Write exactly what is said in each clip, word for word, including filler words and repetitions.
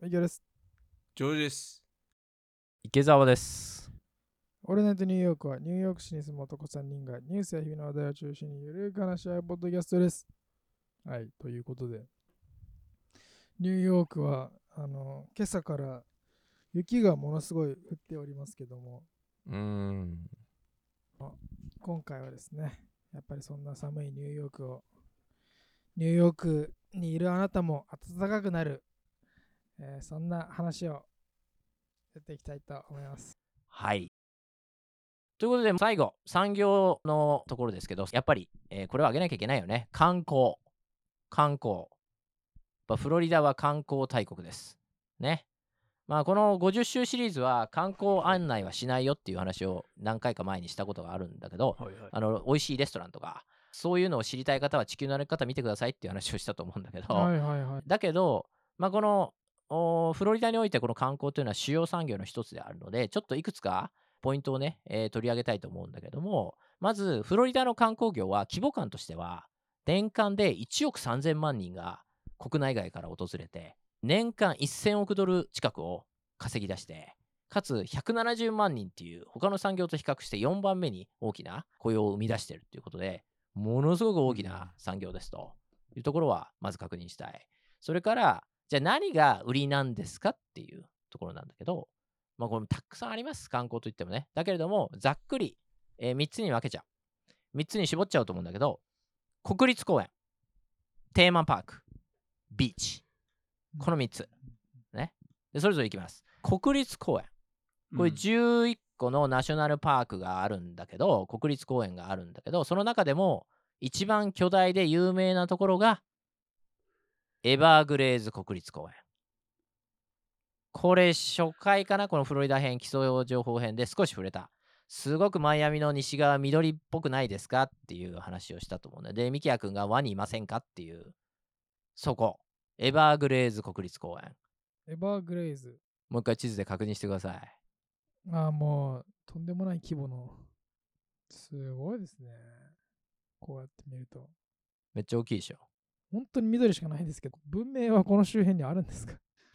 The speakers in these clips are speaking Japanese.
ミキです。 ジョージです。 池澤です。 オールナイトニューヨークはニューヨーク市に住む男さんにんがニュースや日々の話題を中心にゆるく話し合うポッドキャストです。はい、ということで、ニューヨークはあの今朝から雪がものすごい降っておりますけども、 うーん。 今回はですね、やっぱりそんな寒いニューヨークを、ニューヨークにいるあなたも暖かくなる、えーそんな話をやっていきたいと思います。 はい。ということで、最後、産業のところですけど、やっぱり、えーこれを挙げなきゃいけないよね。観光。観光。やっぱフロリダは観光大国です。ね。まあ、このごじゅっ週シリーズは観光案内はしないよっていう話を何回か前にしたことがあるんだけど、 はいはい。 あの美味しいレストランとか、そういうのを知りたい方は地球の歩き方見てくださいっていう話をしたと思うんだけど、 はいはいはい。 だけど、まあ、このおフロリダにおいてこの観光というのは主要産業の一つであるので、ちょっといくつかポイントをね、えー取り上げたいと思うんだけども、まずフロリダの観光業は規模感としては、年間でいちおくさんぜんまんにんが国内外から訪れて、年間せんおくドル近くを稼ぎ出して、かつひゃくななじゅうまんにんっていう他の産業と比較してよんばんめに大きな雇用を生み出しているということで、ものすごく大きな産業ですというところはまず確認したい。それから、じゃあ何が売りなんですかっていうところなんだけど、まあこれもたくさんあります、観光といってもね。だけれども、ざっくり、えー、みっつに分けちゃう。みっつに絞っちゃうと思うんだけど、国立公園、テーマパーク、ビーチ。このみっつ。ね。で、それぞれいきます。国立公園。これじゅういっこのナショナルパークがあるんだけど、国立公園があるんだけど、その中でも一番巨大で有名なところがエバーグレーズ国立公園。これ初回かな、このフロリダ編、基礎情報編で少し触れた。すごくマイアミの西側緑っぽくないですかっていう話をしたと思うんだ。で、ミキヤ君が輪にいませんかっていう、そこ。エバーグレーズ国立公園。 エバーグレイズ。 もう一回地図で確認してください。 ああ、もう、とんでもない規模の。すごいですね。こうやって見ると。 めっちゃ大きいでしょ。 本当に緑しかないですけど、文明はこの周辺にあるんですか？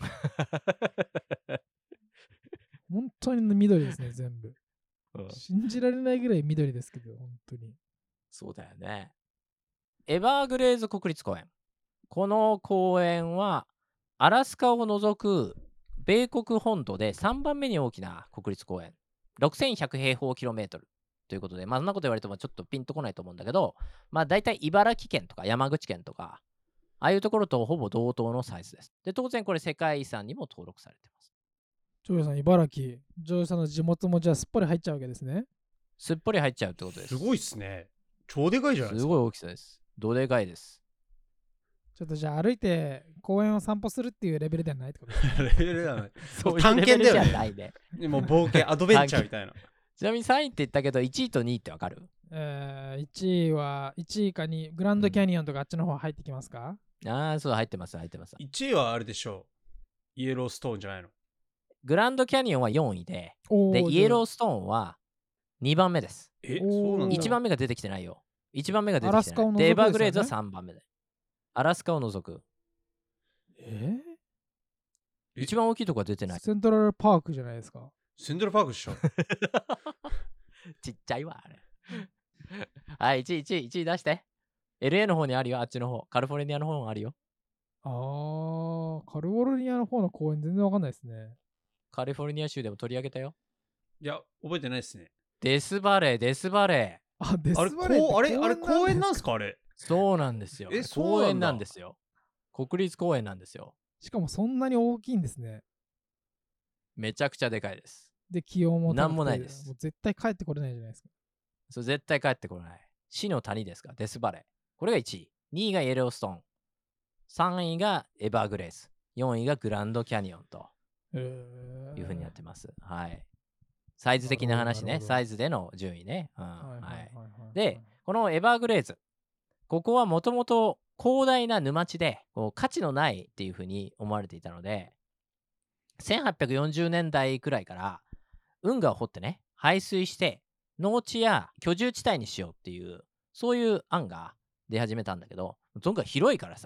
本当に緑ですね、全部。 うん、 信じられないぐらい緑ですけど、本当に。 そうだよね。エバーグレーズ国立公園。この公園は、アラスカを除く米国本土でさんばんめに大きな国立公園。ろくせんひゃく平方キロメートルということで、まあ、そんなこと言われてもちょっとピンとこないと思うんだけど、まあ、大体茨城県とか山口県とか、ああいうところとほぼ同等のサイズです。で、当然これ世界遺産にも登録されてます。 ジョージさん、茨城。ジョージさんの地元もじゃあすっぽり入っちゃうわけですね。 すっぽり入っちゃうってことです。 すごいっすね。超でかいじゃないですか。 すごい大きさです。どでかいです。 ちょっとじゃあ歩いて公園を散歩するっていうレベルではないってことですね。 レベルだね。 そういう探検だよねレベルじゃないね。 でも冒険、アドベンチャーみたいな。 ちなみにさんいって言ったけど、いちいとにいってわかる？ えー、いちいは、いちいかにグランドキャニオンとかあっちの方入ってきますか？ ああ、そう、入ってます、入ってます。 いちいはあれでしょう。イエローストーンじゃないの。 グランドキャニオンはよんいで、 おで、イエロースストーンはにばんめです。 え、 おーそうなんだ。 いちばんめが出てきてないよ。いちばんめが出てきてアラスカを除くない。で、エバーグレーズはですよねさんばんめで。アラスカを除く。 ええ一番大きいとこは出てない。 セントラルパークじゃないですか。 セントラルパークでしょ。 ちっちゃいわ、あれ。はい、いちい、いちい、いちい出して。エルエー の方にあるよ、あっちの方。カリフォルニアの方にあるよ。 あー、カリフォルニアの方の公園全然わかんないですね。 カリフォルニア州でも取り上げたよ。 いや、覚えてないですね。 デスバレー、デスバレー。 あ、デスあれ、 バレーってこうあれ、あれ、公園なんですすかあれ。 そうなんですよ。 えそうなんだ公園なんですよ。国立公園なんですよ。 しかもそんなに大きいんですね。 めちゃくちゃでかいです。 で、気温も高くてなんもないですもう絶対帰ってこれないじゃないですか。 それ絶対帰ってこない。死の谷ですか、デスバレー。これがいちい。にいがイエローストーン。さんいがエバーグレース。よんいがグランドキャニオンとえー、 いうふうにやってます。はい。サイズ的な話ね。 なるほどサイズでの順位ね。うんはいはいはいはいはいで、このエバーグレーズ。ここはもともと広大な沼地でこう価値のないっていうふうに思われていたので、せんはっぴゃくよんじゅうねんだいくらいから運河を掘ってね、排水して農地や居住地帯にしようっていう、そういう案が出始めたんだけど、とにかく広いからさ、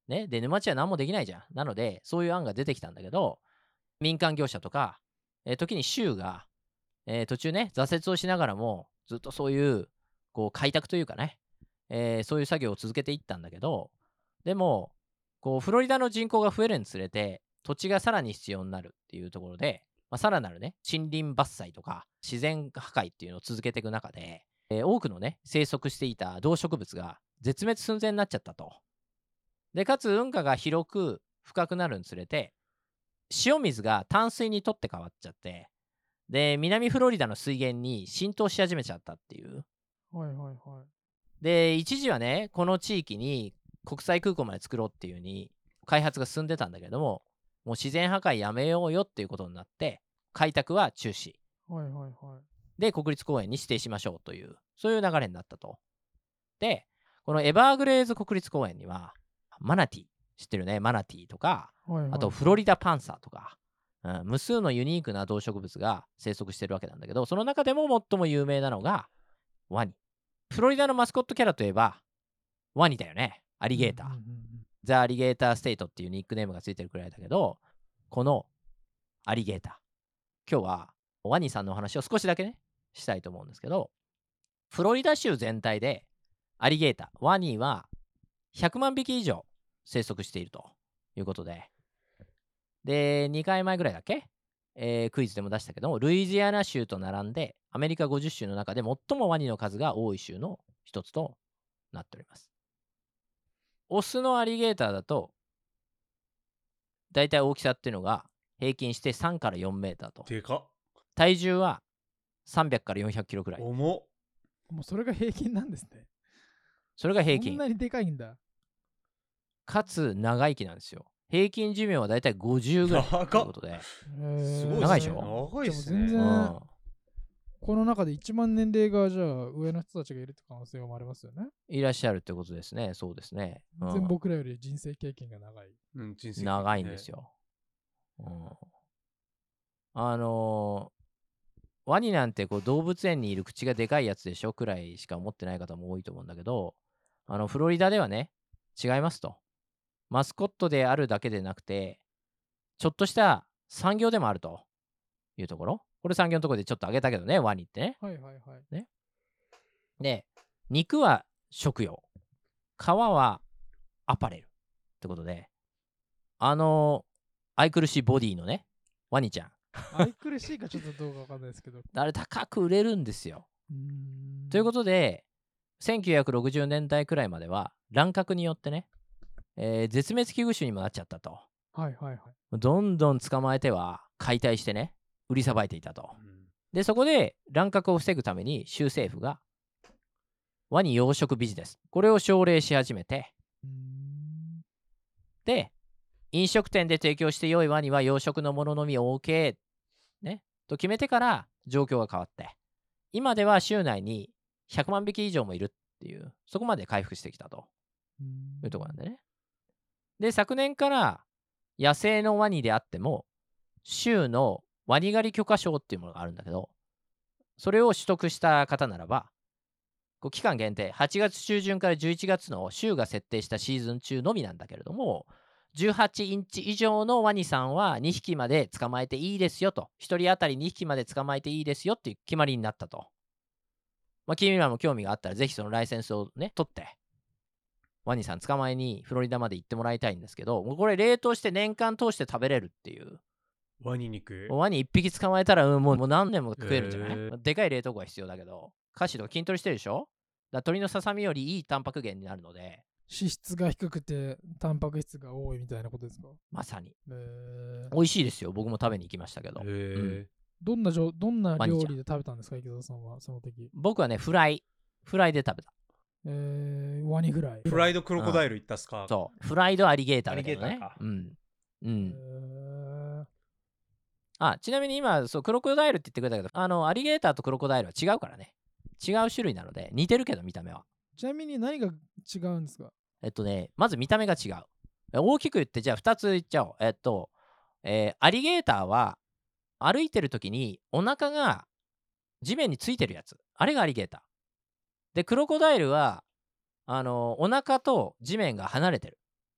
ね。で、沼地は何もできないじゃん。なので、そういう案が出てきたんだけど、民間業者とか、えー時に州が、えー途中ね、挫折をしながらも、ずっとそういう、こう、開拓というかね、えーそういう作業を続けていったんだけど、でも、こう、フロリダの人口が増えるにつれて、土地がさらに必要になるっていうところで、まあ、さらなるね、森林伐採とか、自然破壊っていうのを続けていく中で、えー多くのね、生息していた動植物が絶滅寸前になっちゃったと。で、かつ運河が広く深くなるにつれて、塩水が淡水にとって変わっちゃって、で、南フロリダの水源に浸透し始めちゃったっていう。 はいはいはい。 で、一時はね、この地域に国際空港まで作ろうっていう風に開発が進んでたんだけども、もう自然破壊やめようよっていうことになって、開拓は中止。 はいはいはい。 で、国立公園に指定しましょうという、そういう流れになったと。で、このエバーグレーズ国立公園には、マナティ、知ってるね、マナティとか、 はいはいはい、 あとフロリダパンサーとか、うん、無数のユニークな動植物が生息してるわけなんだけど、その中でも最も有名なのがワニ。フロリダのマスコットキャラといえばワニだよね。アリゲーター。 うんうんうんザ・アリゲーターステイトっていうニックネームがついてるくらいだけど、このアリゲーター。今日はワニさんのお話を少しだけね、したいと思うんですけど、フロリダ州全体でアリゲーター、ワニはひゃくまんびき以上生息しているということで、で、にかいまえぐらいだっけ、えークイズでも出したけども、ルイジアナ州と並んで、アメリカごじゅっ州の中で最もワニの数が多い州の一つとなっております。オスのアリゲーターだと、だいたい大きさっていうのが平均してさんからよんメーターと。 でかっ。 体重はさんびゃくからよんひゃくキロくらい。 重っ。 もうそれが平均なんですね。 それが平均。 そんなにでかいんだ。 かつ長生きなんですよ。平均寿命はだいたいごじゅうぐらいということで。 すごい長いでしょ。 長いっすね。 全然、 うんこの中で一番年齢がじゃあ上の人たちがいるって可能性もありますよね。 いらっしゃるってことですね。そうですね。うん全然僕らより人生経験が長い。 うん、人生長いんですよ。うん、あのーワニなんてこう動物園にいる口がでかいやつでしょくらいしか思ってない方も多いと思うんだけど、あのフロリダではね、違いますと。マスコットであるだけでなくて、ちょっとした産業でもあるというところ。これ産業のところでちょっと上げたけどね、ワニってね。 はいはいはい。 で、肉は食用、皮はアパレルってことで、あのー愛くるしいボディのね、ワニちゃん。 愛くるしいかちょっとどうかわかんないですけど。 あれ高く売れるんですよ。 うーんということで、せんきゅうひゃくろくじゅうねんだいくらいまでは乱獲によってね、えー絶滅危惧種にもなっちゃったと。 はいはいはい。 どんどん捕まえては解体してね、売りさばいていたと。 うんで、そこで乱獲を防ぐために州政府がワニ養殖ビジネス、これを奨励し始めて、 うーんで、飲食店で提供して良いワニは養殖のもののみ OK、ね、と決めてから状況が変わって、今では州内にひゃくまんびき以上もいるっていう、そこまで回復してきたとうーんいうところなんでね。で、昨年から野生のワニであっても、州のワニ狩り許可証っていうものがあるんだけど、それを取得した方ならば、こう期間限定、はちがつちゅうじゅんからじゅういちがつの州が設定したシーズン中のみなんだけれども、じゅうはちインチ以上のワニさんはにひきまで捕まえていいですよと、ひとり当たりにひきまで捕まえていいですよっていう決まりになったと。まあ、君らも興味があったら、ぜひそのライセンスをね、取って、ワニさん捕まえにフロリダまで行ってもらいたいんですけど、もうこれ冷凍して年間通して食べれるっていう。 ワニ肉。 ワニいっぴき捕まえたら、うんもうもう何年も食えるんじゃない、 へーでかい冷凍庫が必要だけど、カシとか筋トレしてるでしょ。だから鶏のささみよりいいタンパク源になるので、 脂質が低くてタンパク質が多いみたいなことですか。 まさにえー美味しいですよ。僕も食べに行きましたけど、 へえ。 どんなじょどんなワニちゃん料理で食べたんですか、池澤さんはその時。 僕はね、フライ、フライで食べた。 えー、ワニフライ。 フライドクロコダイルいったっすか。 そう、フライドアリゲーターだけどねアリゲーターか。 うん。うえん。 ーあ、ちなみに今、そう、クロコダイルって言ってくれたけど、あの、アリゲーターとクロコダイルは違うからね。違う種類なので、似てるけど、見た目は。 ちなみに何が違うんですか。 えっとね、まず見た目が違う。え大きく言って、じゃあふたつ言っちゃおう。えっと、えーアリゲーターは、歩いてる時にお腹が地面についてるやつ。あれがアリゲーター。で、クロコダイルは、あの、お腹と地面が離れてる。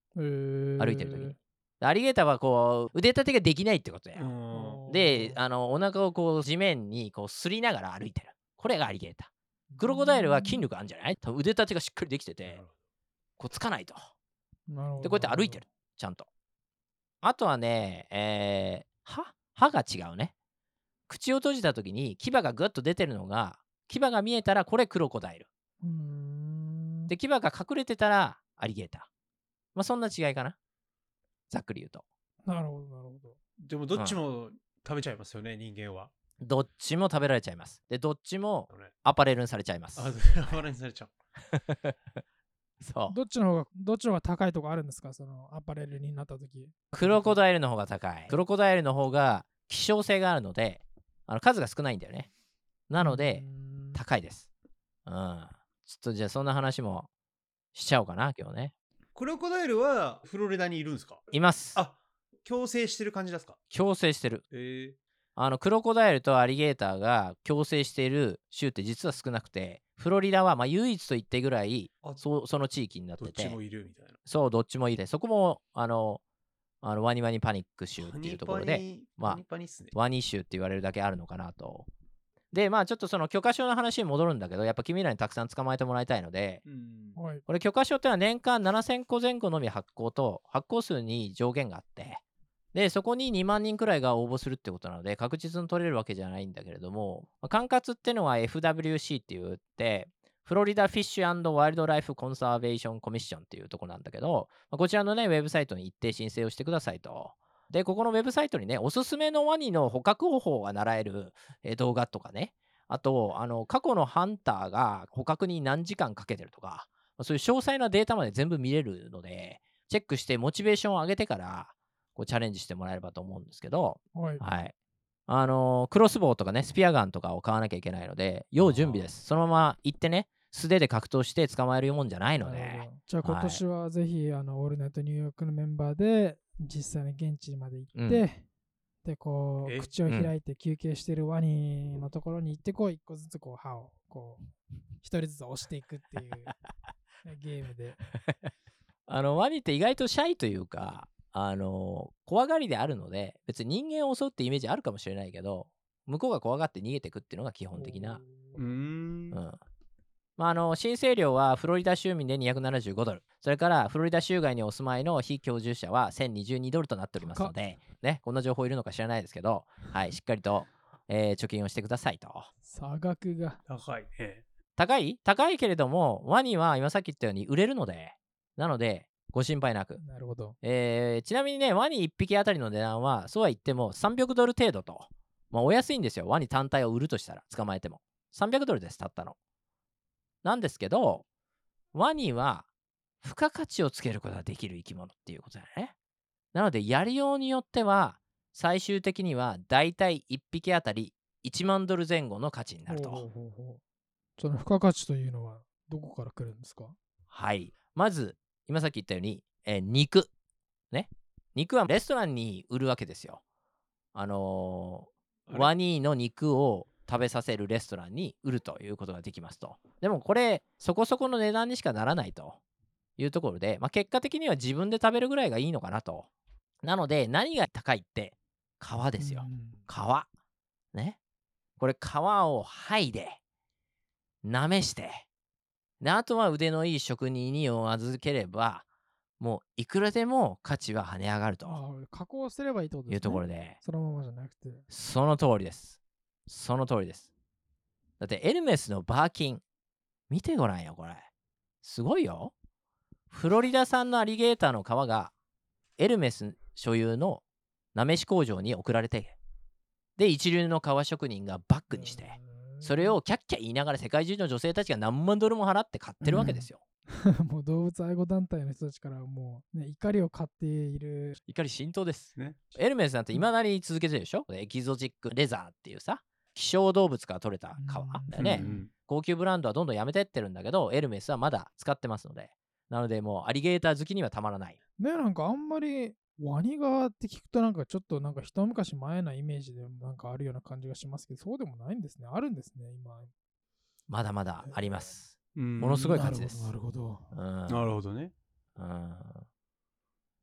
へー歩いてる時に。アリゲーターはこう腕立てができないってことや。 うんで、あのお腹をこう地面にこうすりながら歩いてる。これがアリゲーター。クロコダイルは筋力あるんじゃない？多分腕立てがしっかりできてて、こうつかないと。 なるほど。 で、こうやって歩いてる。ちゃんと。あとはね、えー、歯歯が違うね。口を閉じた時に牙がぐっと出てるのが、牙が見えたらこれクロコダイル。 うーん。 で、牙が隠れてたらアリゲーター。まあそんな違いかな。ざっくり言うと。 なるほど、なるほど。 でもどっちも食べちゃいますよね、人間は。 どっちも食べられちゃいます。で、どっちもねアパレルにされちゃいます。 あ、あれにされちゃう。 そう。 どっちの方が、どっちの方が高いとこあるんですか、そのアパレルになった時。 クロコダイルの方が高い。クロコダイルの方が希少性があるので、あの数が少ないんだよね。なので、 うーん高いです。うん。ちょっとじゃあそんな話もしちゃおうかな、今日ね。 クロコダイルはフロリダにいるんですか？ います。 あ、共生してる感じですか？ 共生してる。 えあのクロコダイルとアリゲーターが共生している州って実は少なくて、フロリダはまあ唯一と言ってぐらいあそその地域になっー、どてて、 っちもいるみたいな。 そうどっちもいて、そこもあのあのワニワニパニック州っていうところで、 パニまあパニパニっすね。 ワニ州って言われるだけあるのかなと。でまあちょっとその許可証の話に戻るんだけど、やっぱ君らにたくさん捕まえてもらいたいので、 うん。 はい。 これ許可証ってのは年間ななせんこ前後のみ発行と、発行数に上限があって、でそこににまんにんくらいが応募するってことなので確実に取れるわけじゃないんだけれども、まあ管轄ってのは エフダブリューシー って言ってフロリダフィッシュ&ワイルドライフコンサーベーションコミッションっていうところなんだけど、まあこちらのねウェブサイトに一定申請をしてくださいと。でここのウェブサイトにねおすすめのワニの捕獲方法が習える、えー動画とかね、あとあの過去のハンターが捕獲に何時間かけてるとか、まあそういう詳細なデータまで全部見れるので、チェックしてモチベーションを上げてからこうチャレンジしてもらえればと思うんですけど、 はい。 はい。あのークロスボウとかね、スピアガンとかを買わなきゃいけないので、要準備です。そのまま行ってね、素手で格闘して捕まえるもんじゃないのなるほで、 どじゃあ今年はぜひ、あのオールナイトニューヨークのメンバーで実際に現地まで行って、 うんでこうえ口を開いて休憩してるワニのところに行ってこう一個ずつこう歯をこう一人ずつ押していくっていうゲームで。 あのワニって意外とシャイというか、あのー怖がりであるので、別に人間を襲うってイメージあるかもしれないけど、向こうが怖がって逃げていくっていうのが基本的な。 うーん。 うんまあ、あの申請料はフロリダ州民でにひゃくななじゅうごドル、それからフロリダ州外にお住まいの非居住者はせんにじゅうにドルとなっておりますので、ね、こんな情報いるのか知らないですけど、はい、しっかりと、えー貯金をしてくださいと。 差額が。 高いね。 高い高いけれども、ワニは今さっき言ったように売れるので、なので、ご心配なく。 なるほど。 えーちなみにね、ワニいっぴきあたりの値段は、そうは言ってもさんびゃくドル程度と、まあ、お安いんですよ。ワニ単体を売るとしたら、捕まえても。さんびゃくドルです、たったの。なんですけど、ワニは付加価値をつけることができる生き物っていうことだよね。なので、やりようによっては、最終的にはだいたいいっぴきあたりいちまんドル前後の価値になると。 ほうほうほうほうその付加価値というのはどこから来るんですか？ はい。まず、今さっき言ったように、えー肉。ね。肉はレストランに売るわけですよ。あのーあれワニの肉を食べさせるレストランに売るということができますと。でもこれ、そこそこの値段にしかならないというところで、まあ、結果的には自分で食べるぐらいがいいのかなと。なので、何が高いって皮ですよ。 うん皮。ね。これ皮を剥いで、なめして、であとは腕のいい職人にお預ければ、もういくらでも価値は跳ね上がるとああ加工すればいいってことですね。 いうところで、 そのままじゃなくて。 その通りです。その通りです。だってエルメスのバーキン、見てごらんよ、これ。すごいよ。フロリダ産のアリゲーターの皮がエルメス所有のなめし工場に送られて、で、一流の革職人がバッグにして、それをキャッキャ言いながら世界中の女性たちが何万ドルも払って買ってるわけですよ。 もう動物愛護団体の人たちからもう、ね、怒りを買っている。 怒り浸透です。 ね。 エルメスなんていまだに続けてるでしょ、エキゾチックレザーっていうさ、希少動物から取れた皮だよね。 うんうん高級ブランドはどんどんやめてってるんだけど、エルメスはまだ使ってますので。なので、もうアリゲーター好きにはたまらない。 ね、なんかあんまりワニ側って聞くとなんかちょっとなんか一昔前なイメージでなんかあるような感じがしますけど、そうでもないんですね。あるんですね、今。 まだまだあります。 うんものすごい価値です。 なるほど。なるほど。 うん。 なるほどね。 うん。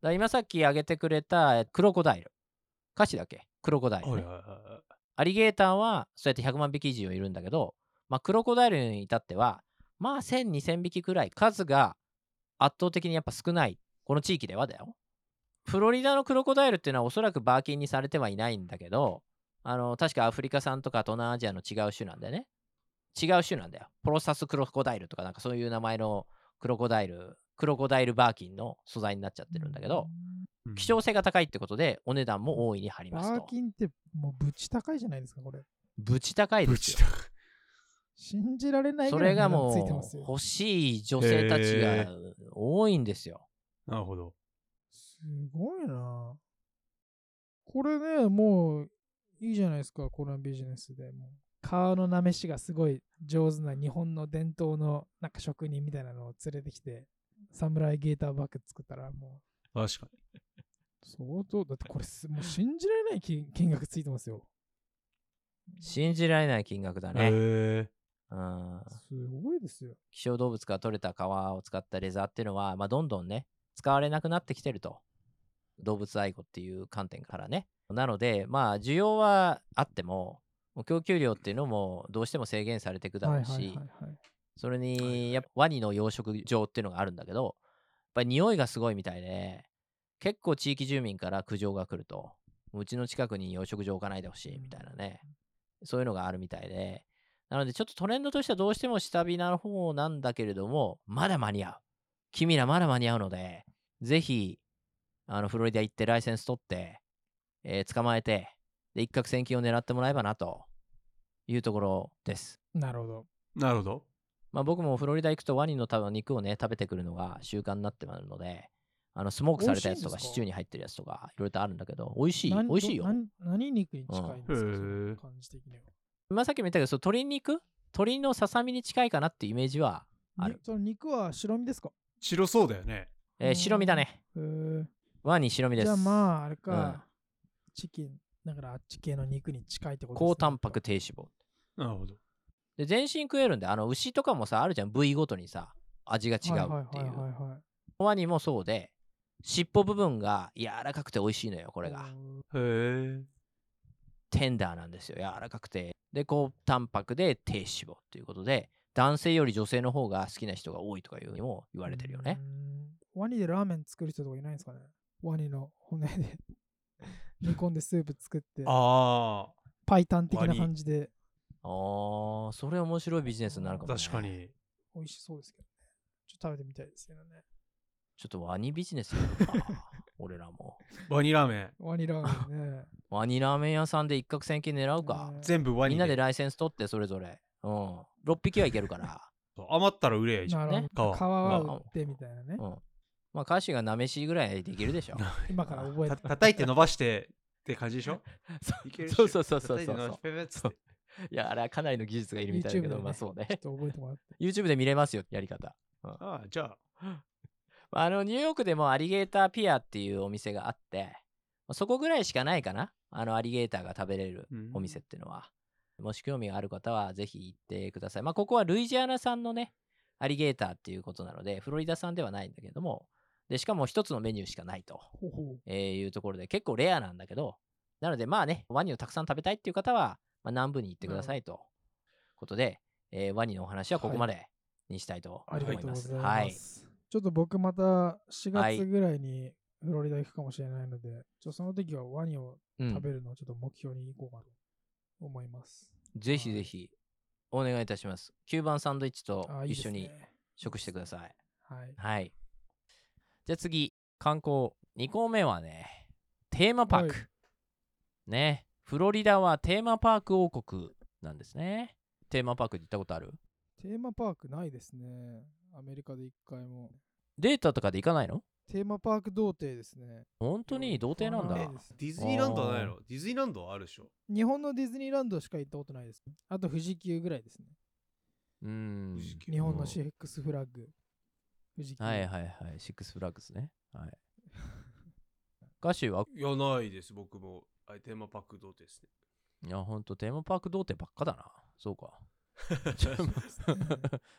ら今さっき挙げてくれたえクロコダイル。歌詞だっけクロコダイル、ねはいはいはいはい。 アリゲーターはそうやってひゃくまん匹以上いるんだけど、まあ、クロコダイルに至っては、まあせん、にせん匹くらい数が圧倒的にやっぱ少ない。この地域ではだよ。フロリダのクロコダイルっていうのはおそらくバーキンにされてはいないんだけど、あの、確かアフリカ産とか東南アジアの違う種なんだよね。違う種なんだよ。プロサスクロコダイルとかなんかそういう名前のクロコダイル、クロコダイルバーキンの素材になっちゃってるんだけど、 うん希少性が高いってことでお値段も大いに張りますと。 バーキンってもうぶち高いじゃないですか、これ。 ぶち高いですよ。 ぶち信じられないそぐらいれが値段ついてまもうすよ。 欲しい女性たちへが多いんですよ。 なるほど。 すごいな。これね、もういいじゃないですか、このビジネスでもう。顔のなめしがすごい上手な日本の伝統のなんか職人みたいなのを連れてきて、サムライゲーターバッグ作ったらも確かう相当、だってこれすもう信じられない金金額ついてますよ。 信じられない金額だに。 ね。 へえ。 うんすごいですよ。 希少動物から取れた皮を使ったレザーっていうのは、まあ、どんどんね、使われなくなってきてると。動物愛護っていう観点からね。なので、まあ、需要はあっても、もう供給量っていうのもどうしても制限されていくだろうし、 はいはいはいはい。 それはいはいに、やっぱワニの養殖場っていうのがあるんだけど、やっぱり匂いがすごいみたいで、結構地域住民から苦情が来ると、うちの近くに養殖場置かないでほしいみたいなね、そういうのがあるみたいで、なのでちょっとトレンドとしてはどうしても下火な方なんだけれども、まだ間に合う。君らまだ間に合うので、ぜひ、あのフロリダ行ってライセンス取って、えー捕まえて、で一攫千金を狙ってもらえばなというところです。 なるほど。 なるほど。 まあ、僕もフロリダ行くとワニの多分肉をね食べてくるのが習慣になってまるので、あのスモークされたやつとか美味しいんですかシチューに入ってるやつとかいろいろとあるんだけど、美味しい何美味しいよ。 ど何何肉に近いんですか、 うんそのへー感じ的には。 今さっきも言ったけど、そう鶏肉鶏のささみに近いかなっていうイメージはあるに。その肉は白身ですか？ 白そうだよね。 えー白身だね。 へーワニ白身です。 じゃあまあ、あれか、 うんチキン、だからあっち系の肉に近いってことですね。 高タンパク低脂肪。 なるほど。 で、全身食えるんで、あの牛とかもさ、あるじゃん、部位ごとにさ、味が違うっていう。 はいはいはいはいはい。 ワニもそうで、尻尾部分が柔らかくて美味しいのよ、これが。 へえ。 テンダーなんですよ、柔らかくて。で、高タンパクで低脂肪っていうことで、男性より女性の方が好きな人が多いとかいうふうにも言われてるよね。 うーん。ワニでラーメン作る人とかいないんですかね？ワニの骨で煮込んでスープ作って、 あパイタン的なワニ感じであー、それ面白いビジネスになるかあ、 もね。 確か。に。 美味しそうですけどね。ちょっと食べてみたいですけどね。 ちょっとワニビジネスやるか。俺らも。 ワニラーメン。 ワニラーメンね。 ワニラーメン屋さんで一攫千金狙うか。 ね全部ワニみんなでライセンス取ってそれぞれ。うん。ろっぴきはいけるから。 そう余ったら売れやいいじゃん。 なるほど。 皮皮は売ってみたいなね。 うん。まあ歌詞がなめしぐらいできるでしょ。 今から覚えたて。 叩いて伸ばしてって感じでしょいけるっしょそうそうそうそうそう叩いて伸ばしてペペッつっていや、あれはかなりの技術がいるみたいだけ YouTube ど、 でまあそうねちょっ。と覚えてもらって。 YouTube で見れますよ、やり方。 ああ、じゃあ。 あの、ニューヨークでもアリゲーターピアっていうお店があって、そこぐらいしかないかな。あの、アリゲーターが食べれるお店っていうのは。もし興味がある方はぜひ行ってください。まあ、ここはルイジアナ産のね、アリゲーターっていうことなので、フロリダ産ではないんだけども、で、しかも一つのメニューしかないと、 ほうほう。 えーいうところで、結構レアなんだけど、なのでまあね、ワニをたくさん食べたいっていう方は、まあ、南部に行ってくださいということで、えーワニのお話はここまでにしたいとありがとう思います。 ございはい。 ます。ちょっと僕またしがはいつぐらいにフロリダ行くかもしれないので、ちょその時はワニをうん食べるのをちょっと目標に行こうかと思います。 ぜひぜひお願いいたします。キューバンサンドイッチとあいいですね一緒に食してください。 はい。 はい。じゃあ次、観光。にこめはね、テーマパーク。 はいね。フロリダはテーマパーク王国なんですね。テーマパークに行ったことある？ テーマパークないですね。アメリカで一回も。 データとかで行かないの？ テーマパーク童貞ですね。 本当に童貞なんだ。 ないですディズニーランドはないの？ディズニーランドはあるでしょ。 日本のディズニーランドしか行ったことないです。あと富士急ぐらいですね。 うーん。 富士急日本のシックスフラッグ。富士急。 はいはいはい。シックスフラッグスね。はい。歌詞はいや、ないです、僕も。あテーマパーク童貞ですね。 いや、ほんとテーマパーク童貞ばっかだな。そうか。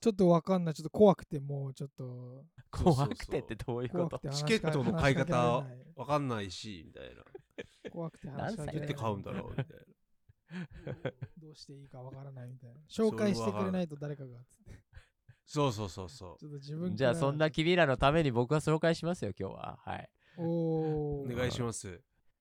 ちょっとわかんない。ちょっと怖くて、もうちょっとそうそうそう怖くてってどういうこと？ 怖くて話しチケットの買い話しかけら方れないわかんないしみたいな。 怖くて話しかけられない。 どうやって買うんだろうみたいどうしていいかわからないみたいな。紹介してくれないと誰かがつって。 な。そうそうそうそちょっと自分じゃあそんな君らのために僕は紹介しますよ今日は。はい。 おう。 おお願いします。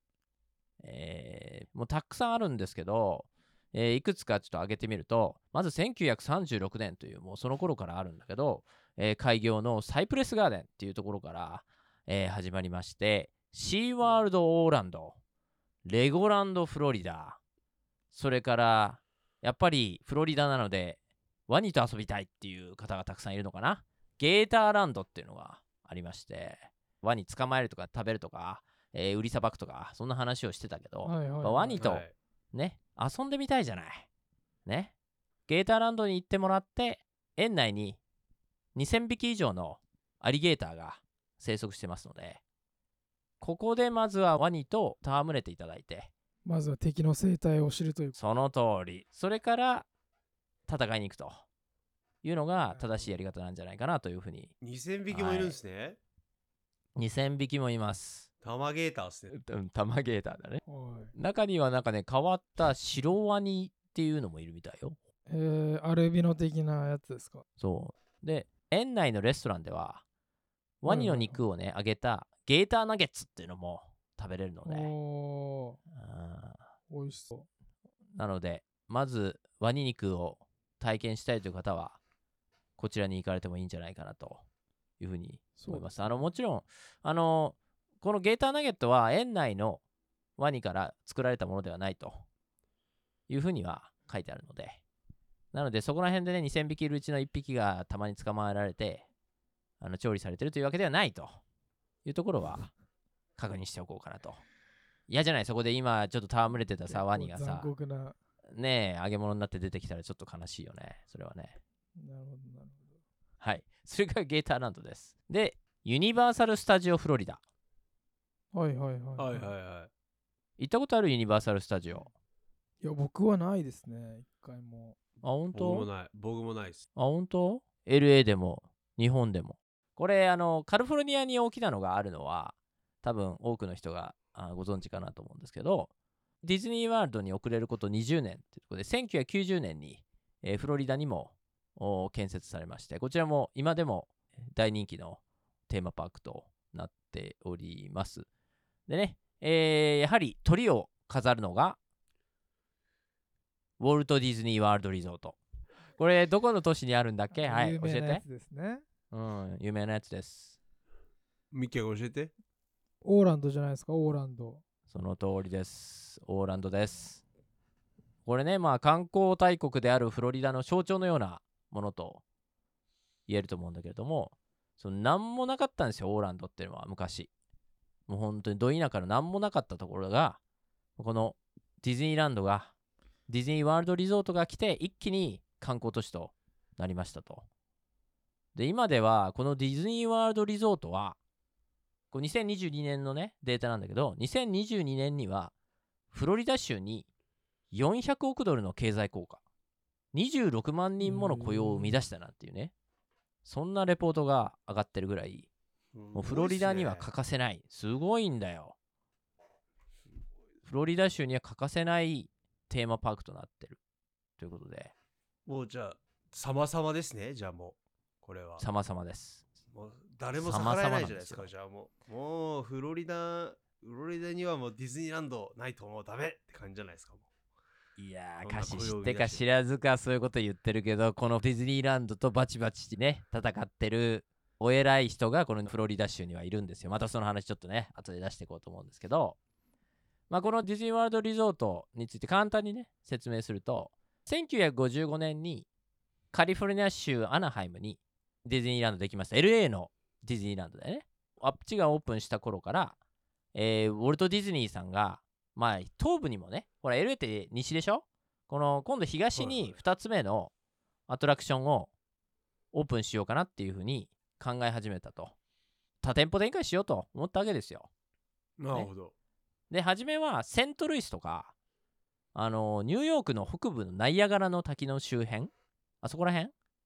えーもうたくさんあるんですけど、えーいくつかちょっと挙げてみると、まずせんきゅうひゃくさんじゅうろくねんというもうその頃からあるんだけど、えー開業のサイプレスガーデンっていうところから、えー始まりまして、シーワールドオーランド、レゴランドフロリダ、それからやっぱりフロリダなのでワニと遊びたいっていう方がたくさんいるのかな。ゲーターランドっていうのがありまして、ワニ捕まえるとか食べるとか、えー売りさばくとか、そんな話をしてたけど、 はいはいはいまあワニとはいね、遊んでみたいじゃない。ね。ゲーターランドに行ってもらって、園内ににせんびき以上のアリゲーターが生息してますので、ここでまずはワニと戯れていただいて、 まずは敵の生態を知るという。 その通り、それから戦いに行くというのが正しいやり方なんじゃないかなというふうに。 にせんびきもいるんですね。 にせんびきもいます。 タマゲーターっすね。 うん、タマゲーターだね。 はい中にはなんかね、変わった白ワニっていうのもいるみたいよ。 えー、アルビノ的なやつですか。 そう。で、園内のレストランでは、ワニの肉をね、揚げたゲーターナゲッツっていうのも食べれるので、 おあー、美味しそう。 ーなので、まずワニ肉を体験したいという方は、こちらに行かれてもいいんじゃないかなというふうに思います。あの、もちろん、あの、このゲーターナゲットは園内のワニから作られたものではないというふうには書いてあるので、なのでそこら辺でね、にせんびきいるうちのいっぴきがたまに捕まえられて、あの調理されてるというわけではないというところは確認しておこうかなと。嫌じゃない、そこで今ちょっと戯れてたさ、ワニがさ残、酷な。 ねえ、揚げ物になって出てきたらちょっと悲しいよね、それはね。 なるほど、なるはい。それがゲーターランドです。で、ユニバーサル・スタジオ・フロリダ。 ほど。はいはいはい。 はいはいは行ったことあるユニバーサル・スタジオ。 いや、僕はないですね、一回も。 あ、本い。僕も当？ ない。僕もないっす。 あ、本当？ エルエー でも、日本でも。これ、あの、カリフォルニアに大きなのがあるのは、多分多くの人があご存知かなと思うんですけど、ディズニーワールドに遅れることにじゅうねんということで、せんきゅうひゃくきゅうじゅうねんに、えーフロリダにもお建設されまして、こちらも今でも大人気のテーマパークとなっております。でね、えーやはり鳥を飾るのが、ウォルト・ディズニー・ワールド・リゾート。これ、どこの都市にあるんだっけ？はい、 有教えて。 名なやつですね。 うん、有名なやつです。 ミッキーが教えて。 オーランドじゃないですか、オーランド。 その通りです。オーランドです。これね、まあ観光大国であるフロリダの象徴のようなものと言えると思うんだけれども、その何もなかったんですよ、オーランドっていうのは昔。もう本当にど田舎の何もなかったところが、このディズニーランドが、ディズニーワールドリゾートが来て、一気に観光都市となりましたと。で、今では、このディズニーワールドリゾートは、これにせんにじゅうにねんのね、データなんだけど、にせんにじゅうにねんには、フロリダ州によんひゃくおくドルの経済効果、にじゅうろくまんにんもの雇用を生み出したなんていうね、そんなレポートが上がってるぐらい、もうフロリダには欠かせない。すごいんだよ。フロリダ州には欠かせないテーマパークとなってる。ということで、 もうじゃあ、様々ですね。じゃあもう、これは。 様々です。 もう誰も逆らえないじゃないですか。 様々なんですよじゃあもう、もうフロリダ、フロリダにはもうディズニーランドないともうダメって感じじゃないですか。もいやー、 そんな歌詞雇用を生み出して知ってか知らずかそういうこと言ってるけど、このディズニーランドとバチバチね、戦ってるお偉い人がこのフロリダ州にはいるんですよ。またその話ちょっとね、後で出していこうと思うんですけど、まあ、このディズニーワールドリゾートについて簡単にね、説明すると、せんきゅうひゃくごじゅうごねんにカリフォルニア州アナハイムにディズニーランドできました。エルエー のディズニーランドだよね。あっちがオープンした頃から、えーウォルト・ディズニーさんが、まあ、東部にもね、ほら、エルエー って西でしょ？この、今度東にふたつめのアトラクションをオープンしようかなっていうふうに考え始めたと。多店舗展開しようと思ったわけですよ。 うなるほど。 で、初めはセントルイスとか、あの、ニューヨークの北部のナイアガラの滝の周辺、あそこら辺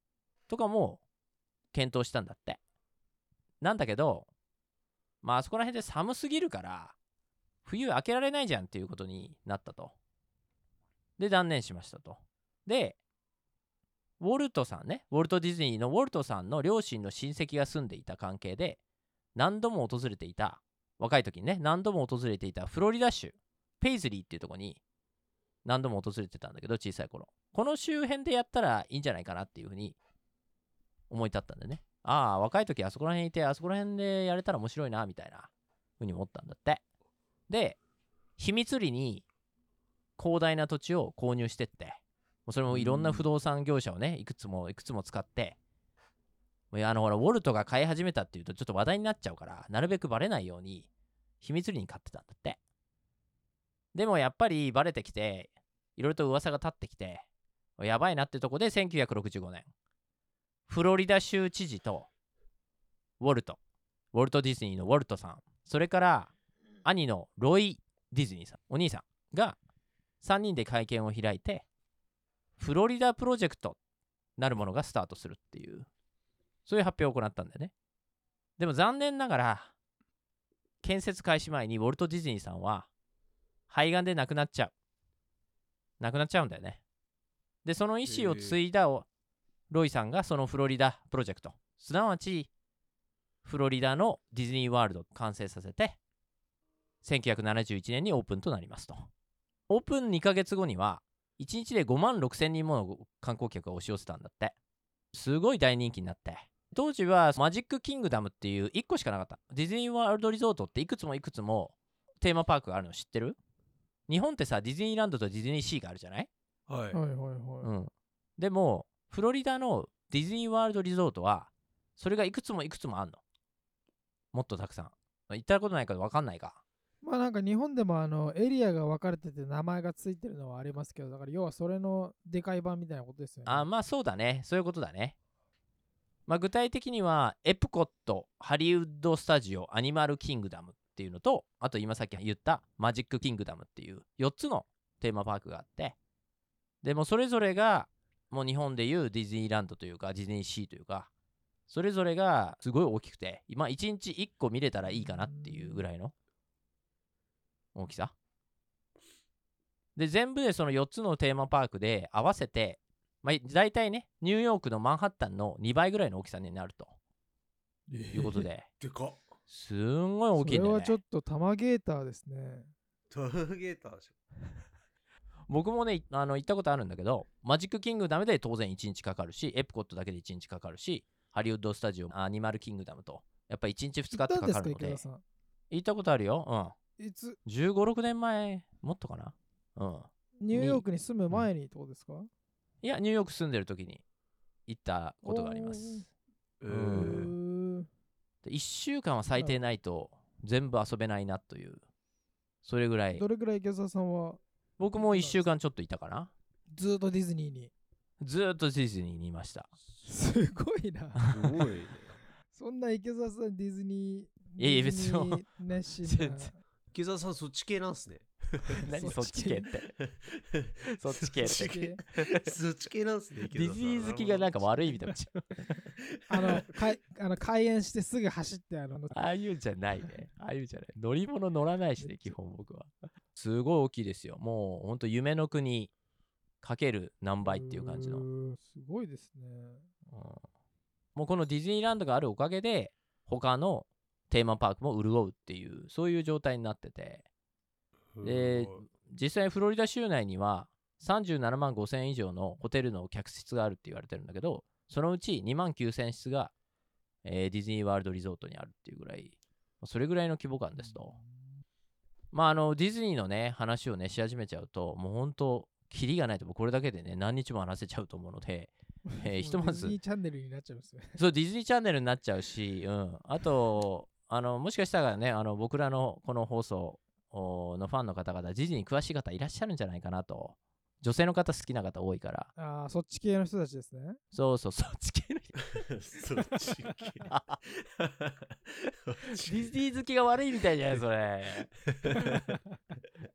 とかも検討したんだって。なんだけど、まああそこら辺で寒すぎるから冬開けられないじゃんっていうことになったと。で断念しましたと。でウォルトさんね、ウォルト・ディズニーのウォルトさんの両親の親戚が住んでいた関係で何度も訪れていた、若い時にね何度も訪れていたフロリダ州ペイズリーっていうところに何度も訪れてたんだけど、小さい頃この周辺でやったらいいんじゃないかなっていうふうに思い立ったんでね。ああ若い時あそこら辺いてあそこら辺でやれたら面白いなみたいなふうに思ったんだって。で秘密裏に広大な土地を購入してって、それもいろんな不動産業者をねいくつもいくつも使って、あのほらウォルトが買い始めたっていうとちょっと話題になっちゃうから、なるべくバレないように秘密裏に買ってたんだって。でもやっぱりバレてきていろいろと噂が立ってきてやばいなってとこでせんきゅうひゃくろくじゅうごねんフロリダ州知事とウォルトウォルト・ディズニーのウォルトさん、それから兄のロイ・ディズニーさん、お兄さんがさんにんで会見を開いてフロリダプロジェクトなるものがスタートするっていう、そういう発表を行ったんだよね。でも残念ながら建設開始前にウォルト・ディズニーさんは肺がんで亡くなっちゃう亡くなっちゃうんだよね。でその意思を継いだロイさんがそのフロリダプロジェクト、すなわちフロリダのディズニーワールドを完成させてせんきゅうひゃくななじゅういちねんにオープンとなりますと。オープンにかげつごにはいちにちでごまんろくせんにんもの観光客が押し寄せたんだって。すごい大人気になって、当時はマジックキングダムっていういっこしかなかった。ディズニーワールドリゾートっていくつもいくつもテーマパークがあるの知ってる？日本ってさディズニーランドとディズニーシーがあるじゃない？ はい。 はいはいはい。 うん。でもフロリダのディズニーワールドリゾートはそれがいくつもいくつもあんの。もっとたくさん。行ったことないから分かんないか。 まあなんか日本でもあのエリアが分かれてて名前がついてるのはありますけど、だから要はそれのでかい版みたいなことですよね。 あ、まあそうだね。そういうことだね。まあ具体的にはエプコット、ハリウッドスタジオ、アニマルキングダムっていうのと、あと今さっき言ったマジックキングダムっていうよっつのテーマパークがあって、でもそれぞれがもう日本でいうディズニーランドというかディズニーシーというか、それぞれがすごい大きくて、今いちにちいっこ見れたらいいかなっていうぐらいの大きさで、全部でそのよっつのテーマパークで合わせて、まあ、大体ねニューヨークのマンハッタンのにばいぐらいの大きさになるということで、 でかっ。 すんごい大きいんだよね。 それはちょっとタマゲーターですね。 ターゲーターじ僕もねあの行ったことあるんだけど、マジックキングダムで当然いちにちかかるし、エプコットだけでいちにちかかるし、ハリウッドスタジオ、アニマルキングダムとやっぱいちにちふつかってかかるので。 行ったんですか池田さん。 行ったことあるよ。うんいつじゅうご、ろくねんまえもっとかな。うんニューヨークに住む前にってことですか？ いやニューヨーク住んでる時に行ったことがあります。 ゃん。 うえんー、 でいっしゅうかんは最低ないと全部遊べないなという、それぐらい。 どれぐらい池澤さんは僕もいっしゅうかんちょっといたかな。 ずーっとディズニーに？ ずーっとディズニーにいました。 すごいな。 すごいね。 そんな池澤さんディズニー、 いやいやディズニー別に熱心な。 全然池澤さんそっち系なんすね。 何そっち系ってそっち系ってそっち系そっち系なんすね。 ディズニー好きがなんか悪いみたいなあの、かいあの開園してすぐ走ってあの、 ああいうんじゃないね。ああいうんじゃない。乗り物乗らないしね、基本僕は。すごい大きいですよ。もうほんと夢の国かける何倍っていう感じの。 ううん、 ーんすごいですね。 もうこのディズニーランドがあるおかげで、他のテーマパークも潤うっていう、そういう状態になってて。で、実際フロリダ州内にはさんじゅうななまんごせん以上のホテルの客室があるって言われてるんだけど、そのうちにまんきゅうせん室が、えーディズニーワールドリゾートにあるっていうぐらい、それぐらいの規模感ですと。まああのディズニーのね話をねし始めちゃうと、もうほんとキリがないと、これだけでね何日も話せちゃうと思うので、えーひとまずディズニーチャンネルになっちゃうんですよね。 そうディズニーチャンネルになっちゃうし、うん、あとあのもしかしたらね、あの僕らのこの放送のファンの方々、ディズニーに詳しい方いらっしゃるんじゃないかなと。女性の方好きな方多いから。 ああ、そっち系の人たちですね。 そうそう、そっち系の人。 そっち系。 ディズニー好きが悪いみたいじゃないそれ。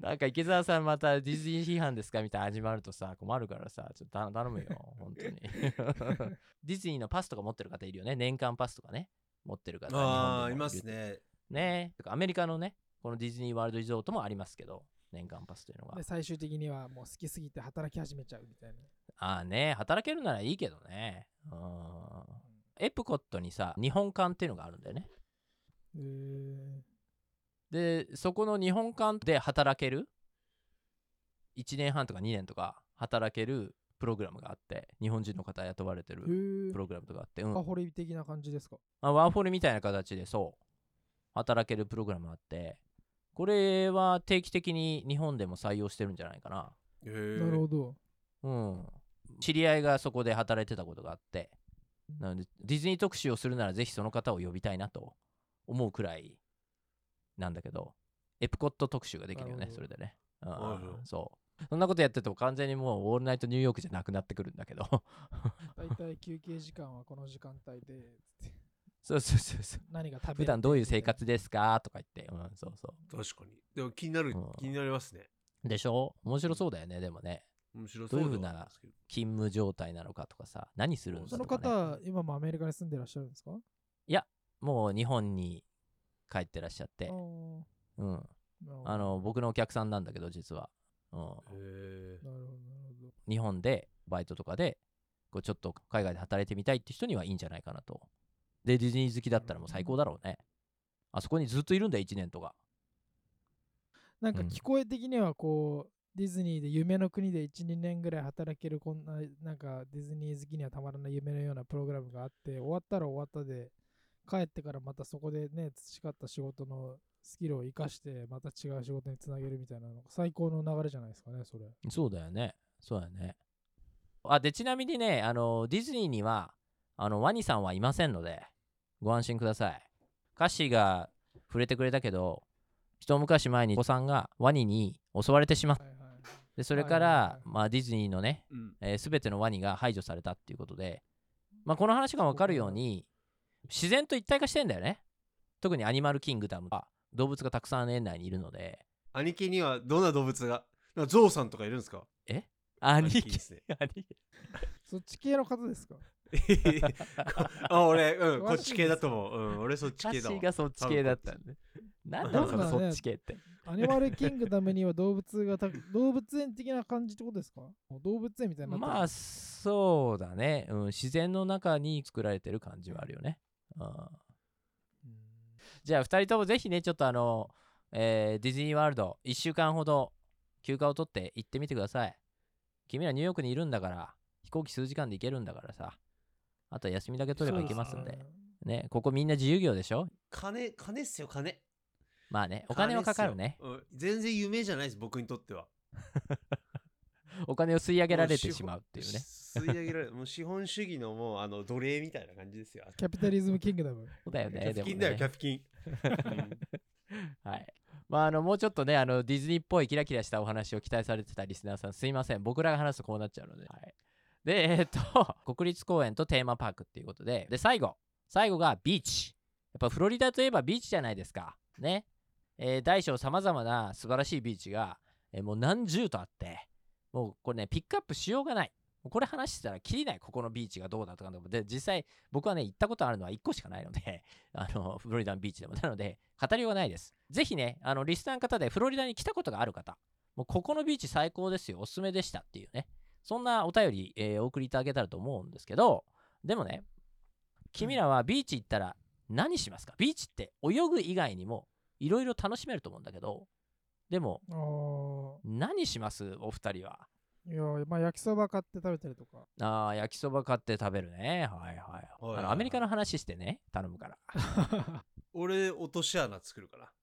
なんか池澤さんまたディズニー批判ですかみたいな始まるとさ困るからさ、ちょっと頼頼むよ本当にディズニーのパスとか持ってる方いるよね。年間パスとかね持ってる方日本でもああ、いますね。 ね。とかアメリカのねこのディズニーワールドリゾートもありますけど、年間パスというのがで最終的にはもう好きすぎて働き始めちゃうみたいな。 ああね、働けるならいいけどね。うん。エプコットにさ日本館っていうのがあるんだよね。 へーでそこの日本館で働けるいちねんはんとかにねんとか働けるプログラムがあって、日本人の方雇われてるへープログラムとかあって、うん、 ワーホリ的な感じですか？ あワーホリみたいな形でそう働けるプログラムあって、これは定期的に日本でも採用してるんじゃないかな。 へーなるほど。 うん知り合いがそこで働いてたことがあって、なのでディズニー特集をするならぜひその方を呼びたいなと思うくらいなんだけど、エプコット特集ができるよねなるほどそれでね。うんなるほどそうそんなことやってると完全にもうオールナイトニューヨークじゃなくなってくるんだけどだいたい休憩時間はこの時間帯でつってそうそうそうそう何が食べれて普段どういう生活ですかとか言って、うん、そうそ確かに。でも気になる、 うん気になりますね。 うでしょ。面白そうだよね。でもね面白そうでどういうふうなはありますけど。 勤務状態なのかとかさ、何するんだそのとか、ね、 方は今もアメリカに住んでらっしゃるんですか？ もう日本に帰ってらっしゃってあ、ーうん、 なるほどあの僕のお客さんなんだけど実は、うん、 へなるほどなるほど。 日本でバイトとかでこうちょっと海外で働いてみたいって人にはいいんじゃないかなと。でディズニー好きだったらもう最高だろうね。あそこにずっといるんだよいちねんとか。 なんかうん聞こえ的にはこう、ディズニーで夢の国でいち、にねんぐらい働けるこんな、なんかディズニー好きにはたまらない夢のようなプログラムがあって、終わったら終わったで、帰ってからまたそこでね、培った仕事のスキルを生かして、また違う仕事につなげるみたいなのが最高の流れじゃないですかね、それ。 そうだよねそうだよね。あでちなみにねあのディズニーにはあのワニさんはいませんのでご安心ください。カッシーが触れてくれたけど一昔前にお子さんがワニに襲われてしまったはいはい。 でそれから、 はいはいはいまあ、ディズニーのね、 うん。 えー、全てのワニが排除されたっていうことで、まあ、この話が分かるように自然と一体化してんだよね。特にアニマルキングダムは動物がたくさん園内にいるので。 兄貴にはどんな動物が、なんかゾウさんとかいるんですか？ え兄貴貴ですね。 兄貴そっち系の方ですか？ あ、俺、うん、 詳しいんですかこっち系だと思う。うん、俺そっちカッシ系だわ。 ーがそっち系だったんで。なんだろうそのどんなねそっち系って。 アニマルキングダムには動物がた動物園的な感じってことですか？動物園みたいになってる。 まあそうだね、うん、自然の中に作られてる感じはあるよね。うんうんじゃあふたりともぜひねちょっとあの、えーディズニーワールドいっしゅうかんほど休暇を取って行ってみてください。君らニューヨークにいるんだから飛行機数時間で行けるんだからさ、あとは休みだけ取れば行けますんでね。ここみんな自由業でしょ。 金、金っすよ、金。 まあねお金はかかるね。 金っすよ。うん、全然夢じゃないです、僕にとっては。 お金を吸い上げられてしまうっていうね。 吸い上げられる。もう資本主義のもう、あの、奴隷みたいな感じですよ。 キャピタリズムキングダム。 そうだよキねでもャピキンだよ、 ねキャピキン。 はいまああのもうちょっとねあのディズニーっぽいキラキラしたお話を期待されてたリスナーさんすいません、僕らが話すとこうなっちゃうので、はい、でえーっと国立公園とテーマパークっていうことで、で最後最後がビーチ。やっぱフロリダといえばビーチじゃないですかね。えー大小さまざまな素晴らしいビーチが、えーもう何十とあって、もうこれねピックアップしようがない。もうこれ話してたらきりない。ここのビーチがどうだとかで、実際僕はね行ったことあるのはいっこしかないのであのフロリダのビーチでもなので語りようがないです。ぜひねあのリスナーの方でフロリダに来たことがある方、もうここのビーチ最高ですよ、おすすめでしたっていうね、そんなお便り、えーお送りいただけたらと思うんですけど、でもね君らはビーチ行ったら何しますか？ビーチって泳ぐ以外にもいろいろ楽しめると思うんだけど、でもあ何しますお二人は？ あ、いや、まあ焼きそば買って食べたりとか。 あー焼きそば買って食べるね。はいはい。 はいあのアメリカの話してね頼むから俺、落とし穴作るから。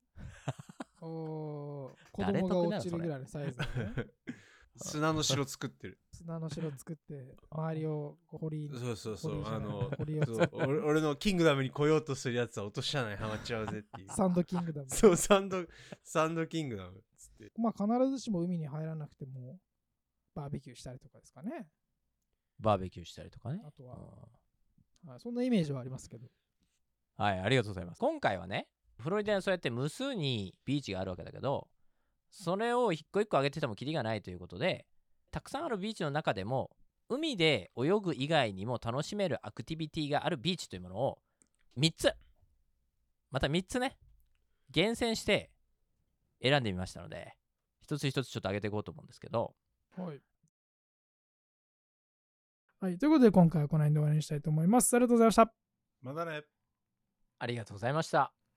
おー子誰供が得なの落ちるぐらいのサイズのね。 砂の城作ってる。 砂の城作って、周りをこう堀に。 そうそうそう。 堀じゃないあの、 堀をそう俺俺のキングダムに来ようとするやつは落とし穴にはまっちゃうぜっていう。 サンドキングダム。 そう、サンド、サンドキングダムっつって。 まあ必ずしも海に入らなくても、バーベキューしたりとかですかね。 バーベキューしたりとかね。 あとは、 うんはい、そんなイメージはありますけど。 はい、ありがとうございます。今回はねフロリダにそうやって無数にビーチがあるわけだけど、 それを一個一個上げててもキリがないということで、たくさんあるビーチの中でも海で泳ぐ以外にも楽しめるアクティビティがあるビーチというものをみっつ、またみっつね、厳選して選んでみましたので、一つ一つちょっと上げていこうと思うんですけど、 はい。はい。ということで、今回はこの辺で終わりにしたいと思います。ありがとうございました。 まだね。 ありがとうございました。